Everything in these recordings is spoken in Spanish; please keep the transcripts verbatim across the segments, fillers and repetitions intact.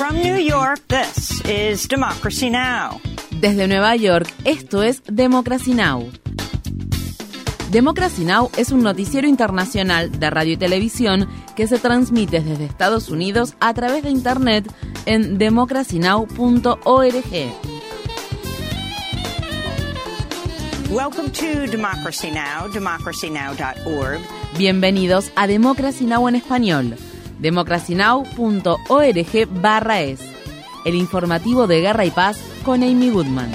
From New York, this is Democracy Now! Desde Nueva York, esto es Democracy Now! Democracy Now! Es un noticiero internacional de radio y televisión que se transmite desde Estados Unidos a través de Internet en democracy now punto org. Welcome to Democracy Now!, democracy now dot org. Bienvenidos a Democracy Now! En español. democracy now punto org barra es. El informativo de Guerra y Paz con Amy Goodman.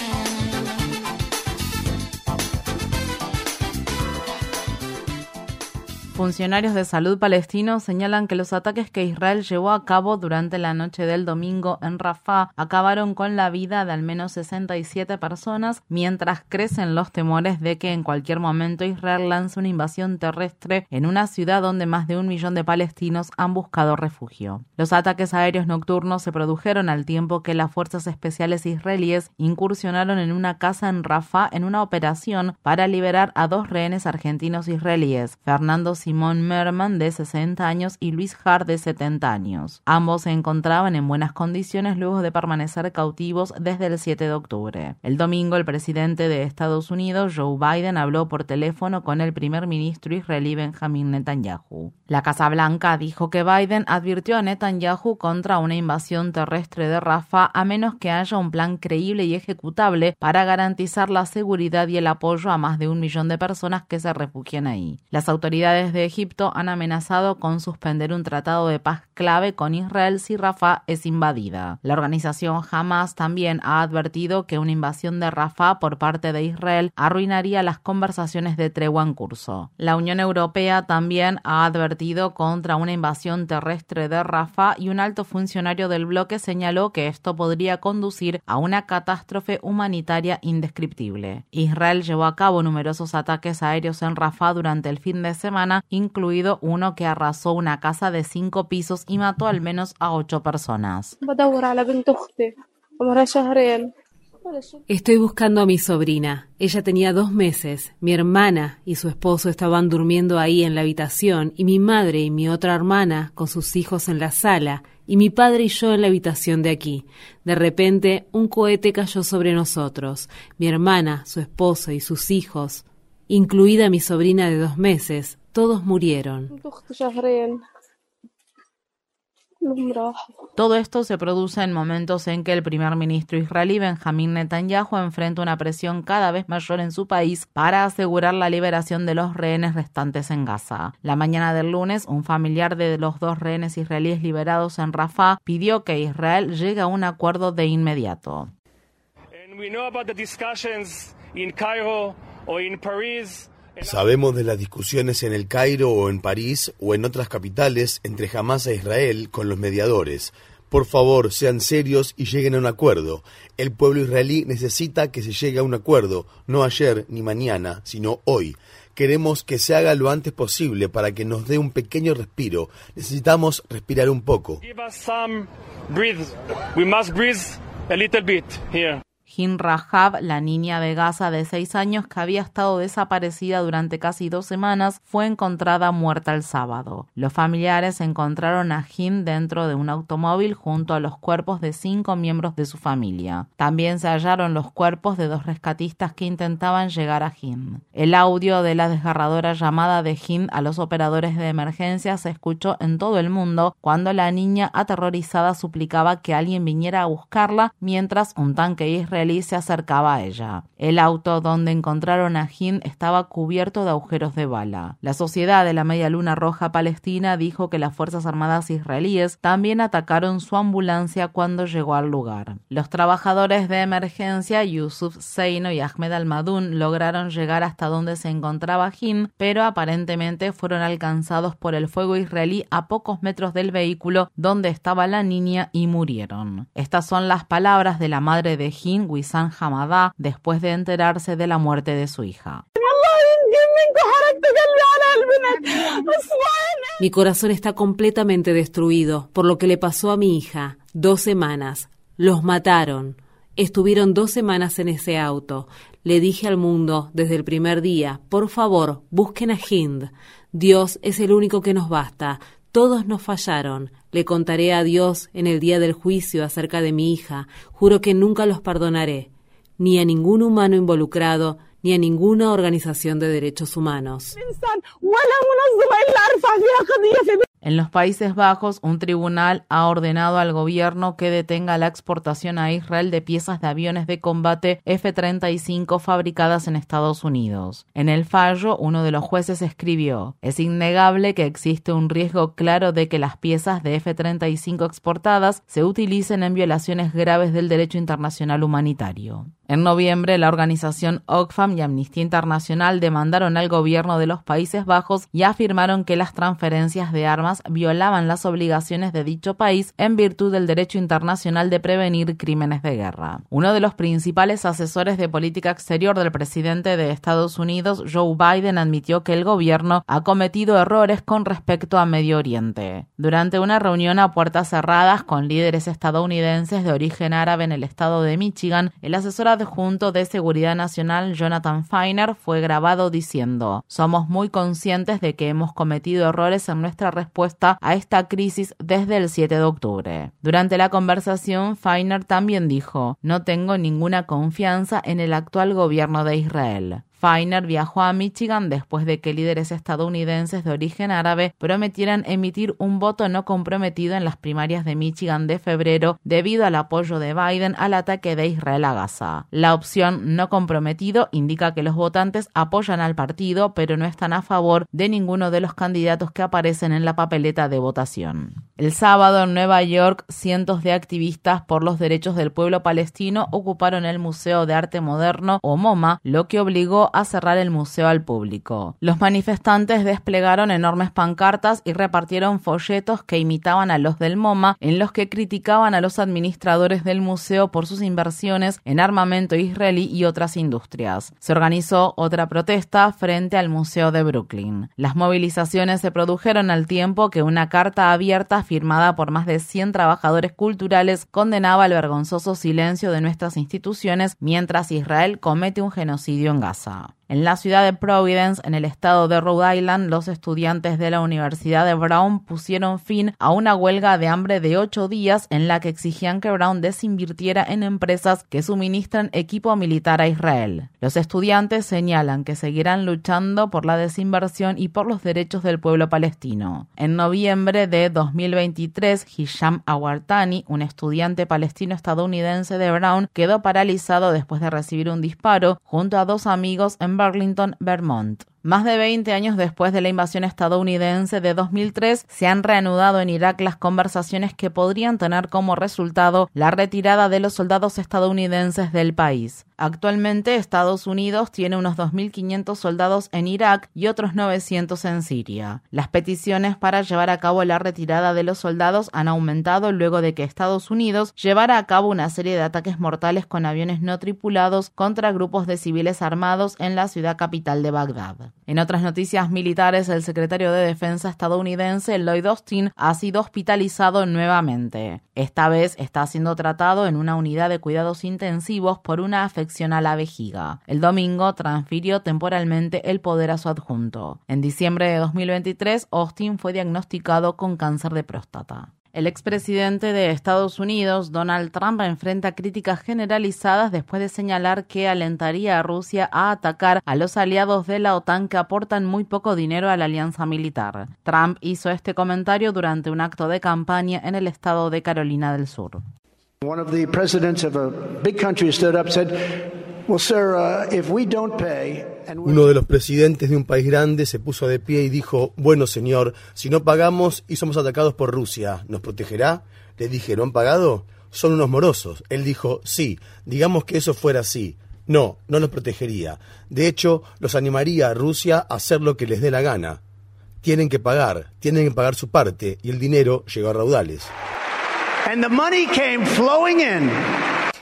Funcionarios de salud palestinos señalan que los ataques que Israel llevó a cabo durante la noche del domingo en Rafah acabaron con la vida de al menos sesenta y siete personas, mientras crecen los temores de que en cualquier momento Israel lance una invasión terrestre en una ciudad donde más de un millón de palestinos han buscado refugio. Los ataques aéreos nocturnos se produjeron al tiempo que las fuerzas especiales israelíes incursionaron en una casa en Rafah en una operación para liberar a dos rehenes argentinos israelíes, Fernando Simón Merman, de sesenta años, y Luis Har, de setenta años. Ambos se encontraban en buenas condiciones luego de permanecer cautivos desde el siete de octubre. El domingo, el presidente de Estados Unidos, Joe Biden, habló por teléfono con el primer ministro israelí Benjamin Netanyahu. La Casa Blanca dijo que Biden advirtió a Netanyahu contra una invasión terrestre de Rafah a menos que haya un plan creíble y ejecutable para garantizar la seguridad y el apoyo a más de un millón de personas que se refugian ahí. Las autoridades de Egipto han amenazado con suspender un tratado de paz clave con Israel si Rafah es invadida. La organización Hamas también ha advertido que una invasión de Rafah por parte de Israel arruinaría las conversaciones de tregua en curso. La Unión Europea también ha advertido contra una invasión terrestre de Rafah y un alto funcionario del bloque señaló que esto podría conducir a una catástrofe humanitaria indescriptible. Israel llevó a cabo numerosos ataques aéreos en Rafah durante el fin de semana, incluido uno que arrasó una casa de cinco pisos y mató al menos a ocho personas. Estoy buscando a mi sobrina. Ella tenía dos meses. Mi hermana y su esposo estaban durmiendo ahí en la habitación y mi madre y mi otra hermana con sus hijos en la sala y mi padre y yo en la habitación de aquí. De repente, un cohete cayó sobre nosotros. Mi hermana, su esposo y sus hijos, incluida mi sobrina de dos meses, todos murieron. Todo esto se produce en momentos en que el primer ministro israelí Benjamin Netanyahu enfrenta una presión cada vez mayor en su país para asegurar la liberación de los rehenes restantes en Gaza. La mañana del lunes, un familiar de los dos rehenes israelíes liberados en Rafah pidió que Israel llegue a un acuerdo de inmediato. Sabemos de las discusiones en El Cairo o en París o en otras capitales entre Hamas e Israel con los mediadores. Por favor, sean serios y lleguen a un acuerdo. El pueblo israelí necesita que se llegue a un acuerdo, no ayer ni mañana, sino hoy. Queremos que se haga lo antes posible para que nos dé un pequeño respiro. Necesitamos respirar un poco. Give us some breathe. We must breathe a little bit here. Hin Rahab, la niña de Gaza de seis años que había estado desaparecida durante casi dos semanas, fue encontrada muerta el sábado. Los familiares encontraron a Hin dentro de un automóvil junto a los cuerpos de cinco miembros de su familia. También se hallaron los cuerpos de dos rescatistas que intentaban llegar a Hin. El audio de la desgarradora llamada de Hin a los operadores de emergencia se escuchó en todo el mundo cuando la niña aterrorizada suplicaba que alguien viniera a buscarla mientras un tanque israelí se acercaba a ella. El auto donde encontraron a Hin estaba cubierto de agujeros de bala. La Sociedad de la Media Luna Roja Palestina dijo que las Fuerzas Armadas israelíes también atacaron su ambulancia cuando llegó al lugar. Los trabajadores de emergencia Yusuf Zeino y Ahmed Al-Madun lograron llegar hasta donde se encontraba Hin, pero aparentemente fueron alcanzados por el fuego israelí a pocos metros del vehículo donde estaba la niña y murieron. Estas son las palabras de la madre de Hin, Wissam Hamadá, después de enterarse de la muerte de su hija. Mi corazón está completamente destruido por lo que le pasó a mi hija. Dos semanas. Los mataron. Estuvieron dos semanas en ese auto. Le dije al mundo desde el primer día, por favor, busquen a Hind. Dios es el único que nos basta. Todos nos fallaron. Le contaré a Dios en el día del juicio acerca de mi hija. Juro que nunca los perdonaré, ni a ningún humano involucrado, ni a ninguna organización de derechos humanos. En los Países Bajos, un tribunal ha ordenado al gobierno que detenga la exportación a Israel de piezas de aviones de combate F treinta y cinco fabricadas en Estados Unidos. En el fallo, uno de los jueces escribió: es innegable que existe un riesgo claro de que las piezas de F treinta y cinco exportadas se utilicen en violaciones graves del derecho internacional humanitario. En noviembre, la organización Oxfam y Amnistía Internacional demandaron al gobierno de los Países Bajos y afirmaron que las transferencias de armas violaban las obligaciones de dicho país en virtud del derecho internacional de prevenir crímenes de guerra. Uno de los principales asesores de política exterior del presidente de Estados Unidos, Joe Biden, admitió que el gobierno ha cometido errores con respecto a Medio Oriente. Durante una reunión a puertas cerradas con líderes estadounidenses de origen árabe en el estado de Michigan, el asesor adjunto de Seguridad Nacional, Jonathan Feiner, fue grabado diciendo: somos muy conscientes de que hemos cometido errores en nuestra respuesta a esta crisis desde el siete de octubre. Durante la conversación, Feiner también dijo: no tengo ninguna confianza en el actual gobierno de Israel. Feiner viajó a Michigan después de que líderes estadounidenses de origen árabe prometieran emitir un voto no comprometido en las primarias de Michigan de febrero debido al apoyo de Biden al ataque de Israel a Gaza. La opción no comprometido indica que los votantes apoyan al partido, pero no están a favor de ninguno de los candidatos que aparecen en la papeleta de votación. El sábado en Nueva York, cientos de activistas por los derechos del pueblo palestino ocuparon el Museo de Arte Moderno, o MoMA, lo que obligó a cerrar el museo al público. Los manifestantes desplegaron enormes pancartas y repartieron folletos que imitaban a los del MoMA, en los que criticaban a los administradores del museo por sus inversiones en armamento israelí y otras industrias. Se organizó otra protesta frente al Museo de Brooklyn. Las movilizaciones se produjeron al tiempo que una carta abierta firmada por más de cien trabajadores culturales condenaba el vergonzoso silencio de nuestras instituciones mientras Israel comete un genocidio en Gaza. En la ciudad de Providence, en el estado de Rhode Island, los estudiantes de la Universidad de Brown pusieron fin a una huelga de hambre de ocho días en la que exigían que Brown desinvirtiera en empresas que suministran equipo militar a Israel. Los estudiantes señalan que seguirán luchando por la desinversión y por los derechos del pueblo palestino. En noviembre de dos mil veintitrés, Hisham Awartani, un estudiante palestino estadounidense de Brown, quedó paralizado después de recibir un disparo junto a dos amigos en Burlington, Vermont. Más de veinte años después de la invasión estadounidense de dos mil tres, se han reanudado en Irak las conversaciones que podrían tener como resultado la retirada de los soldados estadounidenses del país. Actualmente, Estados Unidos tiene unos dos mil quinientos soldados en Irak y otros novecientos en Siria. Las peticiones para llevar a cabo la retirada de los soldados han aumentado luego de que Estados Unidos llevara a cabo una serie de ataques mortales con aviones no tripulados contra grupos de civiles armados en la ciudad capital de Bagdad. En otras noticias militares, el secretario de Defensa estadounidense Lloyd Austin ha sido hospitalizado nuevamente. Esta vez está siendo tratado en una unidad de cuidados intensivos por una afección a la vejiga. El domingo transfirió temporalmente el poder a su adjunto. En diciembre de dos mil veintitrés, Austin fue diagnosticado con cáncer de próstata. El expresidente de Estados Unidos, Donald Trump, enfrenta críticas generalizadas después de señalar que alentaría a Rusia a atacar a los aliados de la OTAN que aportan muy poco dinero a la alianza militar. Trump hizo este comentario durante un acto de campaña en el estado de Carolina del Sur. One of the presidents of a big country stood up and said, well, sir, uh, if we don't pay... Uno de los presidentes de un país grande se puso de pie y dijo: bueno, señor, si no pagamos y somos atacados por Rusia, ¿nos protegerá? Le dije: ¿no han pagado? Son unos morosos. Él dijo: sí, digamos que eso fuera así. No, no nos protegería. De hecho, los animaría a Rusia a hacer lo que les dé la gana. Tienen que pagar, tienen que pagar su parte, y el dinero llegó a raudales. And the money came flowing in.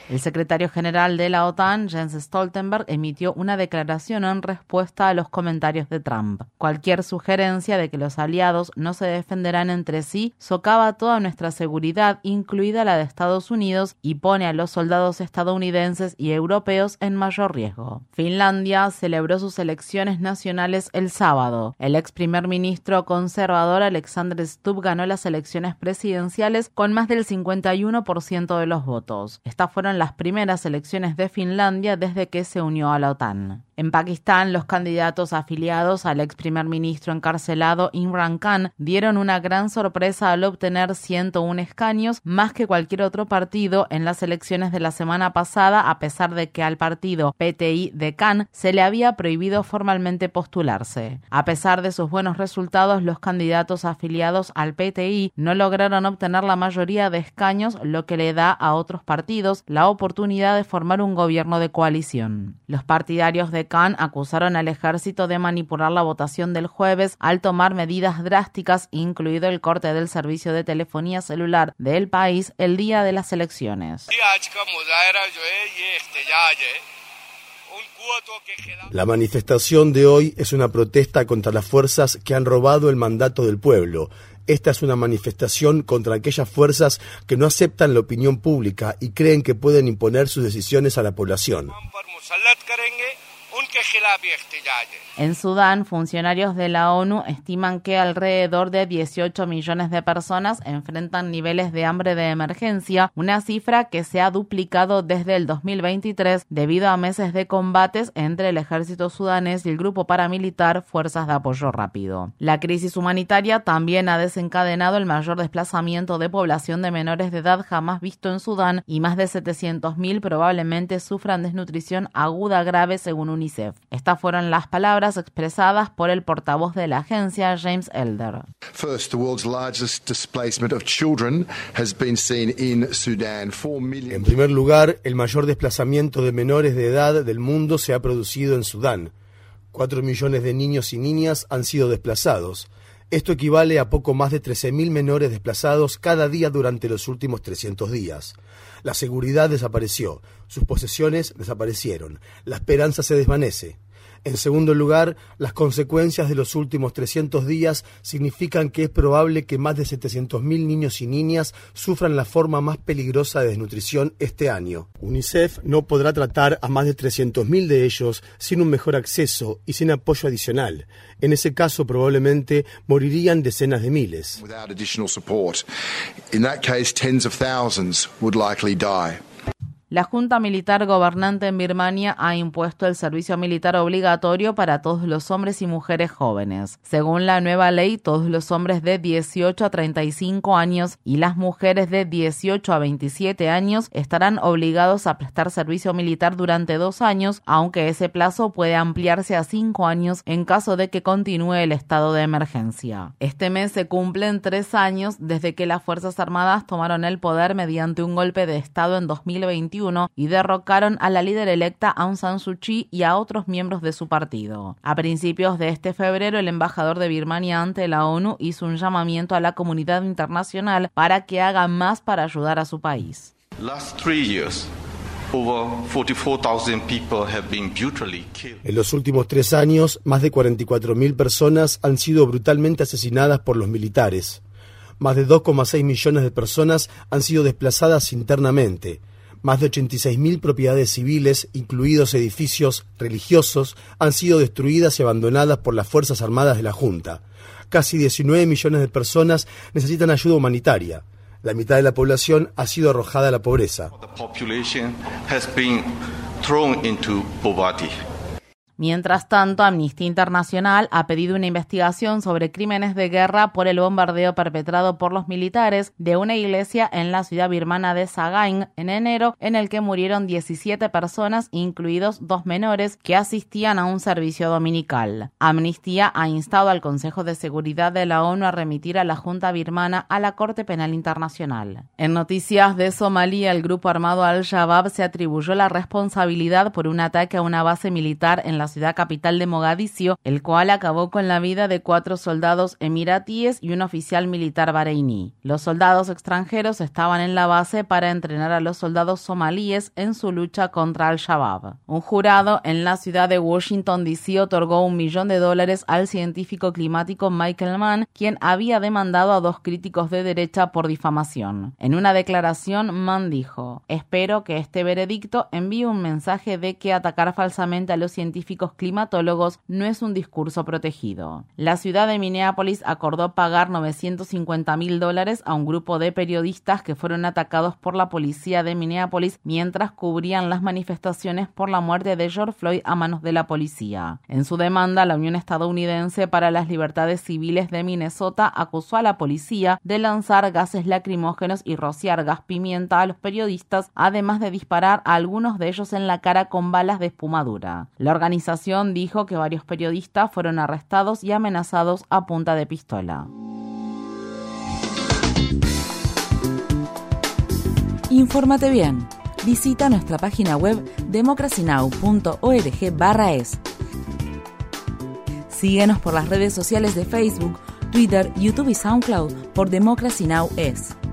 El secretario general de la OTAN, Jens Stoltenberg, emitió una declaración en respuesta a los comentarios de Trump. Cualquier sugerencia de que los aliados no se defenderán entre sí socava toda nuestra seguridad, incluida la de Estados Unidos, y pone a los soldados estadounidenses y europeos en mayor riesgo. Finlandia celebró sus elecciones nacionales el sábado. El ex primer ministro conservador Alexander Stubb ganó las elecciones presidenciales con más del cincuenta y uno por ciento de los votos. Estas fueron las primeras elecciones de Finlandia desde que se unió a la OTAN. En Pakistán, los candidatos afiliados al ex primer ministro encarcelado Imran Khan dieron una gran sorpresa al obtener ciento uno escaños, más que cualquier otro partido en las elecciones de la semana pasada, a pesar de que al partido P T I de Khan se le había prohibido formalmente postularse. A pesar de sus buenos resultados, los candidatos afiliados al P T I no lograron obtener la mayoría de escaños, lo que le da a otros partidos la oportunidad de formar un gobierno de coalición. Los partidarios de Khan acusaron al ejército de manipular la votación del jueves al tomar medidas drásticas, incluido el corte del servicio de telefonía celular del país el día de las elecciones. La manifestación de hoy es una protesta contra las fuerzas que han robado el mandato del pueblo. Esta es una manifestación contra aquellas fuerzas que no aceptan la opinión pública y creen que pueden imponer sus decisiones a la población. En Sudán, funcionarios de la ONU estiman que alrededor de dieciocho millones de personas enfrentan niveles de hambre de emergencia, una cifra que se ha duplicado desde el dos mil veintitrés debido a meses de combates entre el ejército sudanés y el grupo paramilitar Fuerzas de Apoyo Rápido. La crisis humanitaria también ha desencadenado el mayor desplazamiento de población de menores de edad jamás visto en Sudán y más de setecientos mil probablemente sufran desnutrición aguda grave según UNICEF. Estas fueron las palabras expresadas por el portavoz de la agencia, James Elder. First, the world's largest displacement of children has been seen in Sudan. four million... En primer lugar, el mayor desplazamiento de menores de edad del mundo se ha producido en Sudán. Cuatro millones de niños y niñas han sido desplazados. Esto equivale a poco más de trece mil menores desplazados cada día durante los últimos trescientos días. La seguridad desapareció, sus posesiones desaparecieron, la esperanza se desvanece. En segundo lugar, las consecuencias de los últimos trescientos días significan que es probable que más de setecientos mil niños y niñas sufran la forma más peligrosa de desnutrición este año. UNICEF no podrá tratar a más de trescientos mil de ellos sin un mejor acceso y sin apoyo adicional. En ese caso, probablemente morirían decenas de miles. Without additional support. In that case, tens of thousands would likely die. La Junta Militar Gobernante en Birmania ha impuesto el servicio militar obligatorio para todos los hombres y mujeres jóvenes. Según la nueva ley, todos los hombres de dieciocho a treinta y cinco años y las mujeres de dieciocho a veintisiete años estarán obligados a prestar servicio militar durante dos años, aunque ese plazo puede ampliarse a cinco años en caso de que continúe el estado de emergencia. Este mes se cumplen tres años desde que las Fuerzas Armadas tomaron el poder mediante un golpe de estado en dos mil veintiuno y derrocaron a la líder electa Aung San Suu Kyi y a otros miembros de su partido. A principios de este febrero, el embajador de Birmania ante la ONU hizo un llamamiento a la comunidad internacional para que haga más para ayudar a su país. Last three years. Over forty-four thousand people have been brutally killed. En los últimos tres años, más de cuarenta y cuatro mil personas han sido brutalmente asesinadas por los militares. Más de dos coma seis millones de personas han sido desplazadas internamente. Más de ochenta y seis mil propiedades civiles, incluidos edificios religiosos, han sido destruidas y abandonadas por las Fuerzas Armadas de la Junta. Casi diecinueve millones de personas necesitan ayuda humanitaria. La mitad de la población ha sido arrojada a la pobreza. The population has been thrown into poverty. Mientras tanto, Amnistía Internacional ha pedido una investigación sobre crímenes de guerra por el bombardeo perpetrado por los militares de una iglesia en la ciudad birmana de Sagaing en enero, en el que murieron diecisiete personas, incluidos dos menores, que asistían a un servicio dominical. Amnistía ha instado al Consejo de Seguridad de la ONU a remitir a la Junta birmana a la Corte Penal Internacional. En noticias de Somalia, el grupo armado Al-Shabaab se atribuyó la responsabilidad por un ataque a una base militar en la la ciudad capital de Mogadiscio, el cual acabó con la vida de cuatro soldados emiratíes y un oficial militar bareiní. Los soldados extranjeros estaban en la base para entrenar a los soldados somalíes en su lucha contra Al-Shabaab. Un jurado en la ciudad de Washington, D C otorgó un millón de dólares al científico climático Michael Mann, quien había demandado a dos críticos de derecha por difamación. En una declaración, Mann dijo: "Espero que este veredicto envíe un mensaje de que atacar falsamente a los científicos climatólogos no es un discurso protegido". La ciudad de Minneapolis acordó pagar novecientos cincuenta mil dólares a un grupo de periodistas que fueron atacados por la policía de Minneapolis mientras cubrían las manifestaciones por la muerte de George Floyd a manos de la policía. En su demanda, la Unión Estadounidense para las Libertades Civiles de Minnesota acusó a la policía de lanzar gases lacrimógenos y rociar gas pimienta a los periodistas, además de disparar a algunos de ellos en la cara con balas de espumadura. La organización dijo que varios periodistas fueron arrestados y amenazados a punta de pistola. Infórmate bien. Visita nuestra página web democracy now punto org barra es. Síguenos por las redes sociales de Facebook, Twitter, YouTube y SoundCloud por Democracy Now! Es.